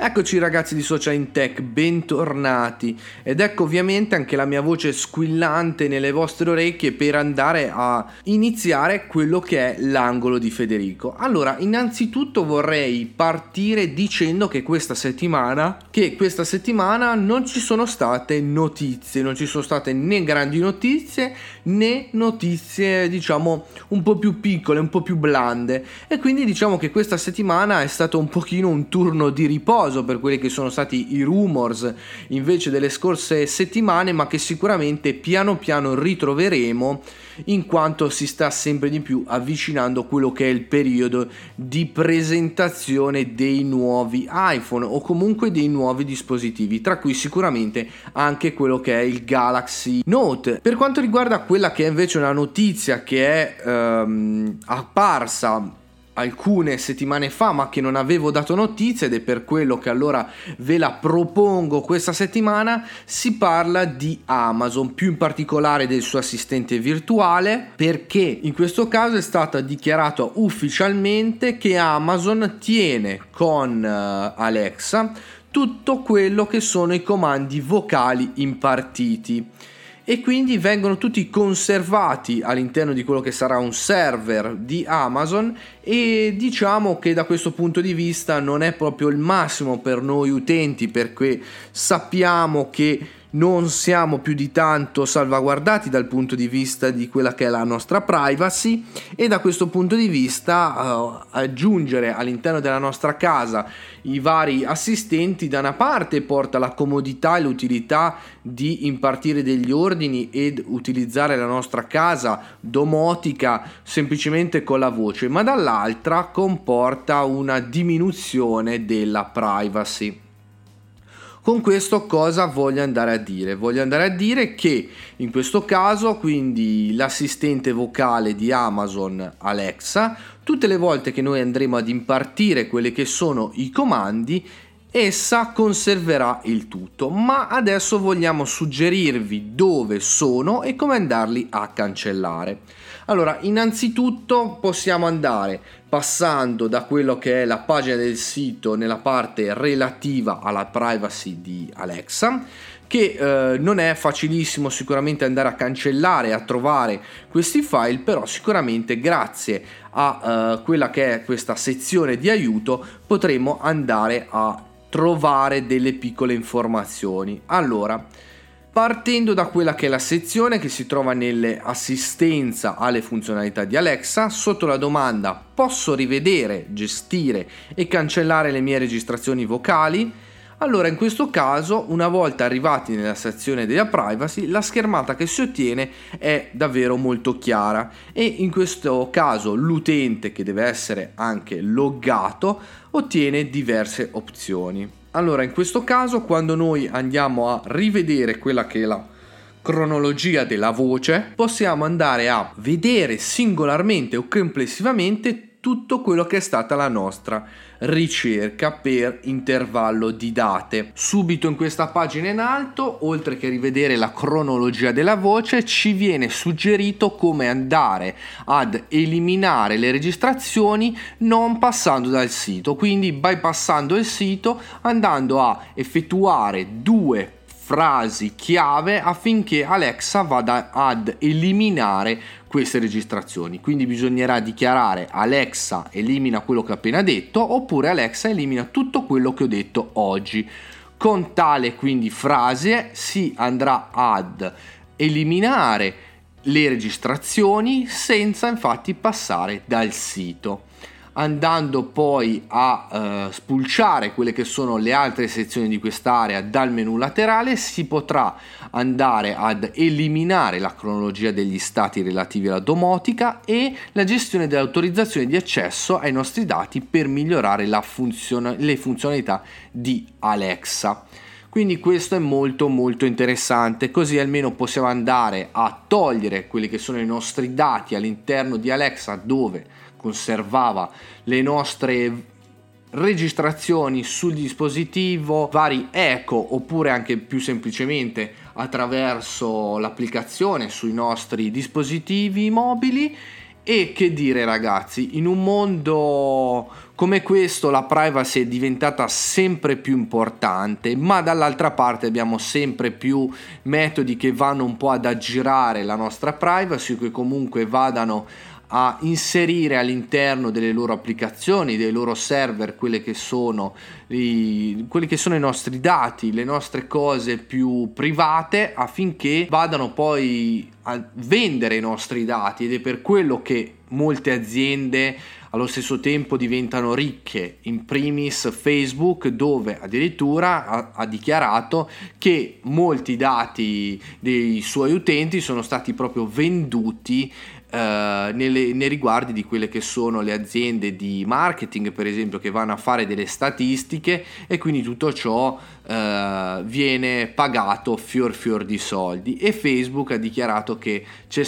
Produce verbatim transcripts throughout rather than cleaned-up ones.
Eccoci ragazzi di Social in Tech, bentornati, ed ecco ovviamente anche la mia voce squillante nelle vostre orecchie per andare a iniziare quello che è l'angolo di Federico. Allora, innanzitutto vorrei partire dicendo che questa settimana, che questa settimana non ci sono state notizie, non ci sono state né grandi notizie né notizie diciamo un po' più piccole, un po' più blande, e quindi diciamo che questa settimana è stato un pochino un turno di riposo per quelli che sono stati i rumors invece delle scorse settimane, ma che sicuramente piano piano ritroveremo in quanto si sta sempre di più avvicinando quello che è il periodo di presentazione dei nuovi iPhone o comunque dei nuovi dispositivi, tra cui sicuramente anche quello che è il Galaxy Note. Per quanto riguarda quella che è invece una notizia che è ehm, apparsa alcune settimane fa ma che non avevo dato notizie, ed è per quello che allora ve la propongo questa settimana, si parla di Amazon, più in particolare del suo assistente virtuale, perché in questo caso è stato dichiarato ufficialmente che Amazon tiene con uh, Alexa tutto quello che sono i comandi vocali impartiti, e quindi vengono tutti conservati all'interno di quello che sarà un server di Amazon, e diciamo che da questo punto di vista non è proprio il massimo per noi utenti, perché sappiamo che non siamo più di tanto salvaguardati dal punto di vista di quella che è la nostra privacy, e da questo punto di vista uh, aggiungere all'interno della nostra casa i vari assistenti da una parte porta la comodità e l'utilità di impartire degli ordini ed utilizzare la nostra casa domotica semplicemente con la voce, ma dall'altra comporta una diminuzione della privacy. Con questo cosa voglio andare a dire? Voglio andare a dire che in questo caso quindi l'assistente vocale di Amazon Alexa, tutte le volte che noi andremo ad impartire quelli che sono i comandi, essa conserverà il tutto, ma adesso vogliamo suggerirvi dove sono e come andarli a cancellare. Allora, innanzitutto possiamo andare passando da quello che è la pagina del sito nella parte relativa alla privacy di Alexa, che eh, non è facilissimo sicuramente andare a cancellare e a trovare questi file, però sicuramente grazie a eh, quella che è questa sezione di aiuto potremo andare a trovare delle piccole informazioni. Allora, partendo da quella che è la sezione che si trova nelle assistenza alle funzionalità di Alexa, sotto la domanda posso rivedere, gestire e cancellare le mie registrazioni vocali? Allora in questo caso, una volta arrivati nella sezione della privacy, la schermata che si ottiene è davvero molto chiara, e in questo caso l'utente, che deve essere anche loggato, ottiene diverse opzioni. Allora in questo caso, quando noi andiamo a rivedere quella che è la cronologia della voce, possiamo andare a vedere singolarmente o complessivamente tutto quello che è stata la nostra ricerca per intervallo di date. Subito in questa pagina in alto, oltre che rivedere la cronologia della voce, ci viene suggerito come andare ad eliminare le registrazioni non passando dal sito, quindi bypassando il sito, andando a effettuare due frasi chiave affinché Alexa vada ad eliminare queste registrazioni. Quindi bisognerà dichiarare Alexa elimina quello che ho appena detto, oppure Alexa elimina tutto quello che ho detto oggi. Con tale quindi frase si andrà ad eliminare le registrazioni senza infatti passare dal sito. Andando poi a uh, spulciare quelle che sono le altre sezioni di quest'area dal menu laterale, si potrà andare ad eliminare la cronologia degli stati relativi alla domotica e la gestione dell'autorizzazione di accesso ai nostri dati per migliorare la funzione, le funzionalità di Alexa. Quindi questo è molto molto interessante, così almeno possiamo andare a togliere quelli che sono i nostri dati all'interno di Alexa, dove conservava le nostre registrazioni sul dispositivo, vari eco, oppure anche più semplicemente attraverso l'applicazione sui nostri dispositivi mobili, E che dire ragazzi, in un mondo come questo la privacy è diventata sempre più importante, ma dall'altra parte abbiamo sempre più metodi che vanno un po' ad aggirare la nostra privacy, che comunque vadano a inserire all'interno delle loro applicazioni, dei loro server, quelle che sono i, quelli che sono i nostri dati, le nostre cose più private, affinché vadano poi a vendere i nostri dati. Ed è per quello che molte aziende allo stesso tempo diventano ricche, in primis Facebook, dove addirittura ha, ha dichiarato che molti dati dei suoi utenti sono stati proprio venduti Uh, nelle, nei riguardi di quelle che sono le aziende di marketing, per esempio, che vanno a fare delle statistiche, e quindi tutto ciò uh, viene pagato fior fior di soldi. E Facebook ha dichiarato che c'è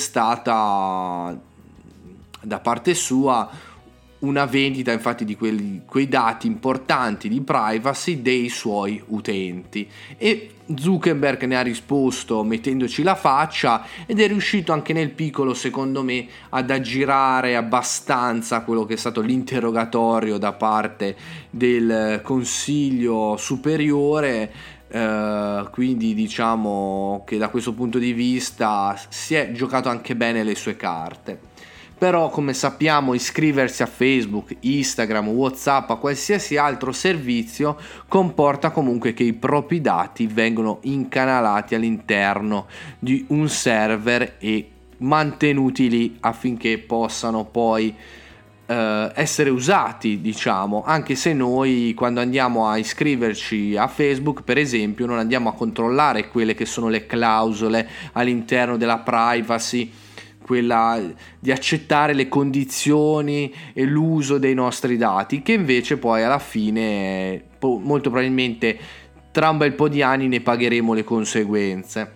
stata da parte sua una vendita infatti di quelli, quei dati importanti di privacy dei suoi utenti, e Zuckerberg ne ha risposto mettendoci la faccia, ed è riuscito anche nel piccolo, secondo me, ad aggirare abbastanza quello che è stato l'interrogatorio da parte del Consiglio Superiore. Uh, quindi diciamo che da questo punto di vista si è giocato anche bene le sue carte. Però, come sappiamo, iscriversi a Facebook, Instagram, WhatsApp, a qualsiasi altro servizio comporta comunque che i propri dati vengono incanalati all'interno di un server e mantenuti lì affinché possano poi eh, essere usati, diciamo, anche se noi quando andiamo a iscriverci a Facebook, per esempio, non andiamo a controllare quelle che sono le clausole all'interno della privacy, quella di accettare le condizioni e l'uso dei nostri dati, che invece poi alla fine molto probabilmente tra un bel po' di anni ne pagheremo le conseguenze.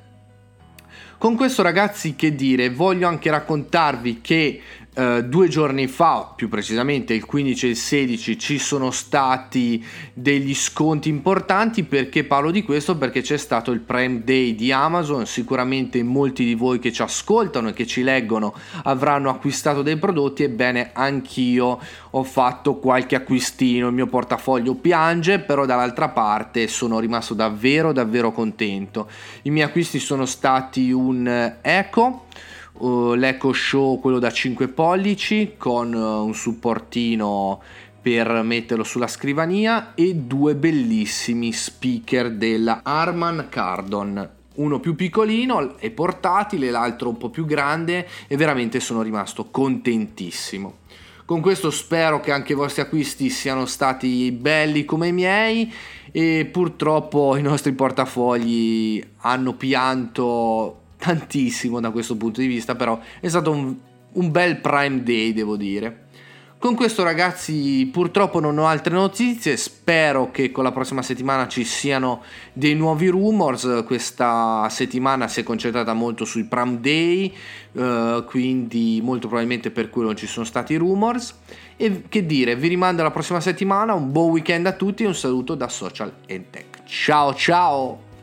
Con questo ragazzi, che dire, voglio anche raccontarvi che Uh, due giorni fa, più precisamente il quindici e il sedici, ci sono stati degli sconti importanti. Perché parlo di questo? Perché c'è stato il Prime Day di Amazon. Sicuramente molti di voi che ci ascoltano e che ci leggono avranno acquistato dei prodotti. Ebbene, anch'io ho fatto qualche acquistino, il mio portafoglio piange, però dall'altra parte sono rimasto davvero davvero contento. I miei acquisti sono stati un Echo, Uh, l'Echo Show, quello da cinque pollici, con uh, un supportino per metterlo sulla scrivania, e due bellissimi speaker della Harman Kardon, uno più piccolino e portatile, l'altro un po' più grande, e veramente sono rimasto contentissimo. Con questo spero che anche i vostri acquisti siano stati belli come i miei, e purtroppo i nostri portafogli hanno pianto tantissimo da questo punto di vista, però è stato un, un bel Prime Day, devo dire. Con questo ragazzi purtroppo non ho altre notizie, spero che con la prossima settimana ci siano dei nuovi rumors. Questa settimana si è concentrata molto sui Prime Day, uh, quindi molto probabilmente per quello non ci sono stati rumors. E che dire, vi rimando alla prossima settimana, un buon weekend a tutti e un saluto da Social and Tech. Ciao ciao!